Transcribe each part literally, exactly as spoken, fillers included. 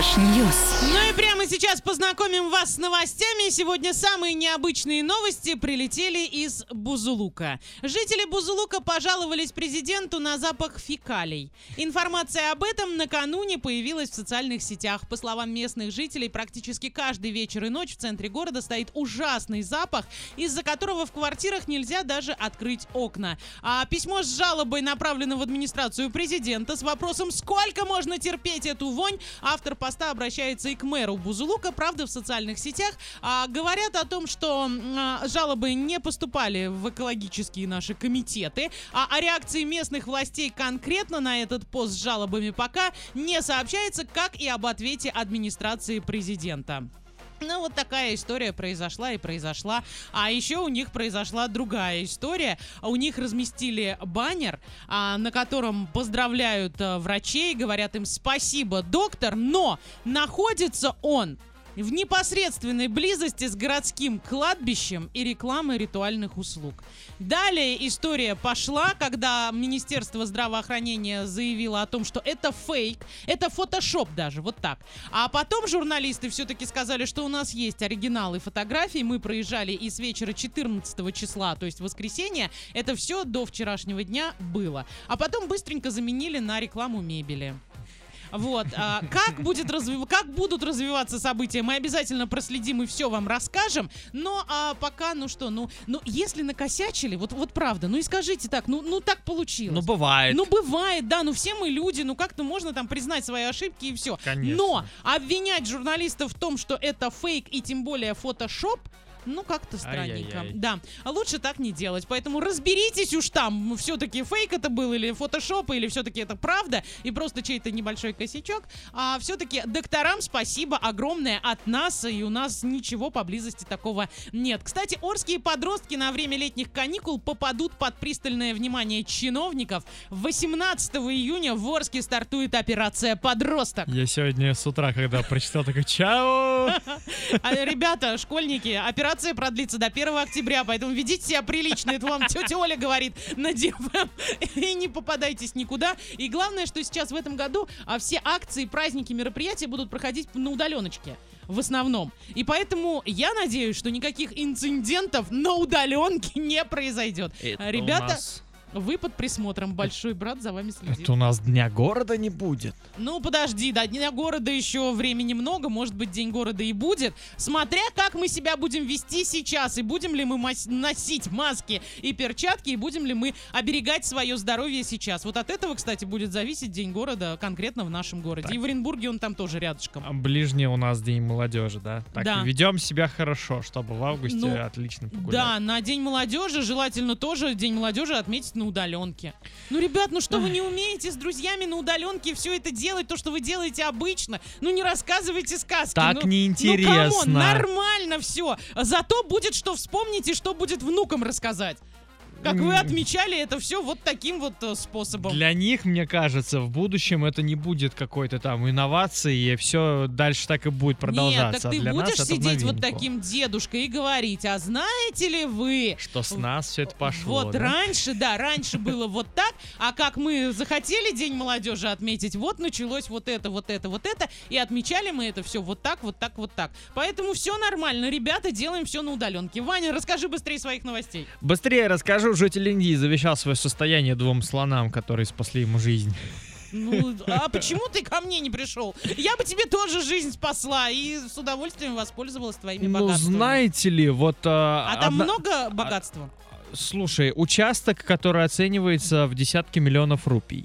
Фреш-Ньюс. Ну и прямо сейчас познакомим вас с новостями. Сегодня самые необычные новости прилетели из Бузулука. Жители Бузулука пожаловались президенту на запах фекалий. Информация об этом накануне появилась в социальных сетях. По словам местных жителей, практически каждый вечер и ночь в центре города стоит ужасный запах, из-за которого в квартирах нельзя даже открыть окна. А письмо с жалобой направлено в администрацию президента с вопросом, сколько можно терпеть эту вонь. Автор поста обращается и к мэру Бузулука. Правда, в социальных сетях а, говорят о том, что а, жалобы не поступали в экологические наши комитеты, а о реакции местных властей конкретно на этот пост с жалобами пока не сообщается, как и об ответе администрации президента. Ну, вот такая история произошла и произошла. А еще у них произошла другая история. У них разместили баннер, а, на котором поздравляют а, врачей, говорят им спасибо, доктор, но находится он в непосредственной близости с городским кладбищем и рекламой ритуальных услуг. Далее история пошла, когда Министерство здравоохранения заявило о том, что это фейк, это фотошоп даже, вот так. А потом журналисты все-таки сказали, что у нас есть оригиналы фотографий, мы проезжали и с вечера четырнадцатого числа, то есть воскресенье, это все до вчерашнего дня было. А потом быстренько заменили на рекламу мебели. Вот, а, как, будет развив... как будут развиваться события, мы обязательно проследим и все вам расскажем. Но а, пока, ну что, ну, ну если накосячили, вот, вот правда, ну и скажите так, ну, ну так получилось. Ну бывает. Ну бывает, да, ну все мы люди, ну как-то можно там признать свои ошибки и все. Конечно. Но обвинять журналистов в том, что это фейк и тем более фотошоп, ну, как-то странненько. Ай-яй-яй. Да, лучше так не делать. Поэтому разберитесь уж там, все-таки фейк это был или фотошоп, или все-таки это правда, и просто чей-то небольшой косячок. А все-таки докторам спасибо огромное от нас, и у нас ничего поблизости такого нет. Кстати, орские подростки на время летних каникул попадут под пристальное внимание чиновников. восемнадцатого июня в Орске стартует операция «Подросток». Я сегодня с утра, когда прочитал, такой чао! Ребята, школьники, операция Операция продлится до первого октября, поэтому ведите себя прилично. Это вам тетя Оля говорит на ди эф эм. И не попадайтесь никуда. И главное, что сейчас в этом году а, все акции, праздники, мероприятия будут проходить на удаленочке. В основном. И поэтому я надеюсь, что никаких инцидентов на удаленке не произойдет. Это Ребята, нас... вы под присмотром. Большой брат за вами следит. Это у нас Дня города не будет. Ну, подожди, до Дня города еще времени много, может быть, День города и будет. Смотря как мы себя будем вести сейчас, и будем ли мы мас- носить маски и перчатки, и будем ли мы оберегать свое здоровье сейчас. Вот от этого, кстати, будет зависеть День города конкретно в нашем городе. Так. И в Оренбурге он там тоже рядышком. А ближний у нас День молодежи, да? Так, Да. ведем себя хорошо, чтобы в августе Ну, отлично погулять. Да, на День молодежи желательно тоже День молодежи отметить на удаленке. Ну, ребят, ну что вы не умеете с друзьями на удаленке все это делать, то, что вы делаете обычно? Ну, не рассказывайте сказки. Так ну, неинтересно. Ну, камон, нормально все. Зато будет что вспомнить и что будет внукам рассказать. Как вы отмечали это все вот таким вот э, способом. Для них, мне кажется, в будущем это не будет какой-то там инновации, и все дальше так и будет продолжаться. Нет, так ты а для будешь нас это в сидеть вот новинку. таким дедушкой и говорить, а знаете ли вы... Что с нас все это пошло. Вот да? раньше, да, раньше было вот так, а как мы захотели День молодежи отметить, вот началось вот это, вот это, вот это, и отмечали мы это все вот так, вот так, вот так. Поэтому все нормально, ребята, делаем все на удаленке. Ваня, расскажи быстрее своих новостей. Быстрее расскажу. Житель Индии завещал свое состояние двум слонам, которые спасли ему жизнь. Ну, а почему ты ко мне не пришел? Я бы тебе тоже жизнь спасла и с удовольствием воспользовалась твоими Ну, богатствами. знаете ли, вот... А А, там одна- много богатства? Слушай, участок, который оценивается в десятки миллионов рупий.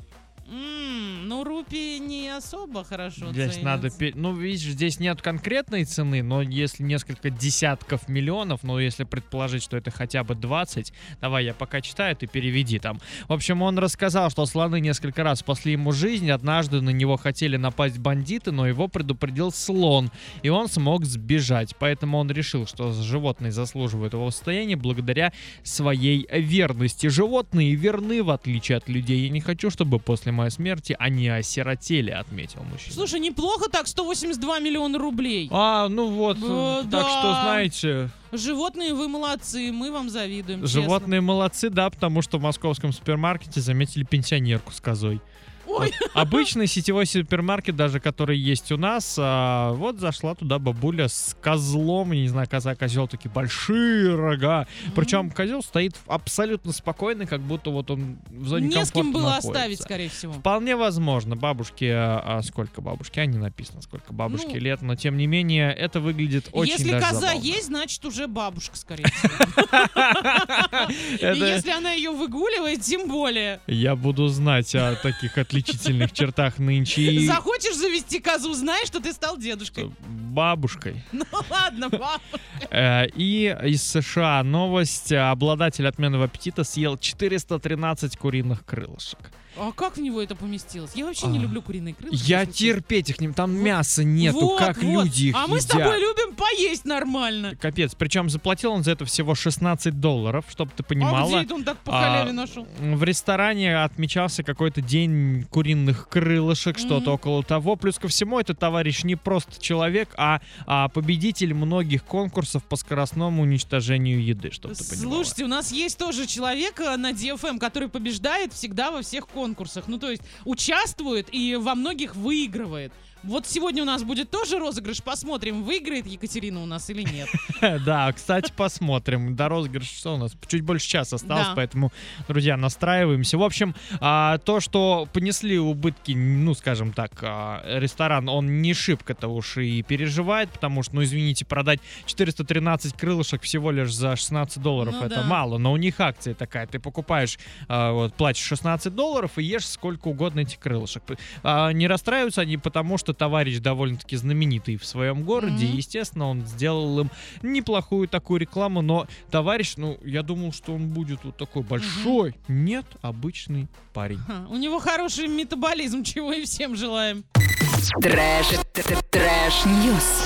М, ну, рупии не особо хорошо Здесь ценятся. надо... пе- Ну, видишь, здесь нет конкретной цены, но если несколько десятков миллионов, ну, если предположить, что это хотя бы двадцать, давай я пока читаю, ты переведи там. В общем, он рассказал, что слоны несколько раз спасли ему жизнь, однажды на него хотели напасть бандиты, но его предупредил слон, и он смог сбежать. Поэтому он решил, что животные заслуживают его состояния благодаря своей верности. Животные верны, в отличие от людей. Я не хочу, чтобы после моей смерти они осиротели, отметил мужчина. Слушай, неплохо так, сто восемьдесят два миллиона рублей. А, ну вот, Э, так да. что, знаете, Животные, вы молодцы, мы вам завидуем. животные молодцы, да, потому что в московском супермаркете заметили пенсионерку с козой. Ой. Вот обычный сетевой супермаркет, даже который есть у нас, а, вот зашла туда бабуля с козлом, я не знаю, коза, козел, такие большие рога. Mm-hmm. Причем козел стоит абсолютно спокойно, как будто вот он в зоне комфорта Не с кем было находится. оставить, скорее всего. Вполне возможно. Бабушке, а сколько бабушки? А не написано, сколько бабушке Ну, лет, но тем не менее это выглядит очень Если даже коза забавно. есть, значит уже бабушка, скорее всего. И если она ее выгуливает, тем более. Я буду знать о таких отличительных чертах нынче. И Захочешь завести козу, знаешь, что ты стал дедушкой. бабушкой. Ну ладно, бабушка. Э, И из США новость. Обладатель отменного аппетита съел четыреста тринадцать куриных крылышек. А как в него это поместилось? Я вообще не А, люблю куриные крылышки. Я если честно. терпеть их не... Там мяса нету, Вот, как вот. люди их А мы с едят. тобой любим поесть нормально. Капец. Причем заплатил он за это всего шестнадцать долларов, чтобы ты А понимала. где это он так по А, халяве нашел? В ресторане отмечался какой-то день куриных крылышек, что-то Мгм. около того. Плюс ко всему, этот товарищ не просто человек, а, а победитель многих конкурсов по скоростному уничтожению еды, чтобы ты понимала. Слушайте, у нас есть тоже человек э, на ди эф эм, который побеждает всегда во всех конкурсах. Ну, то есть участвует и во многих выигрывает. Вот сегодня у нас будет тоже розыгрыш. Посмотрим, выиграет Екатерина у нас или нет. Да, кстати, посмотрим. До розыгрыша что у нас? Чуть больше часа осталось, Да. поэтому, друзья, настраиваемся. В общем, а, то, что понесли убытки, ну, скажем так, а, ресторан, он не шибко-то уж и переживает, потому что, ну, извините, продать четыреста тринадцать крылышек всего лишь за шестнадцать долларов, Ну это да. мало, но у них акция такая. Ты покупаешь, а, вот, платишь шестнадцать долларов и ешь сколько угодно этих крылышек. А, не расстраиваются они, потому что товарищ довольно-таки знаменитый в своем городе, Мгм. и, естественно, он сделал им неплохую такую рекламу, но товарищ, ну, я думал, что он будет вот такой большой. Нет, обычный парень. Ха, У него хороший метаболизм, чего и всем желаем. Трэш, трэш, ньюс.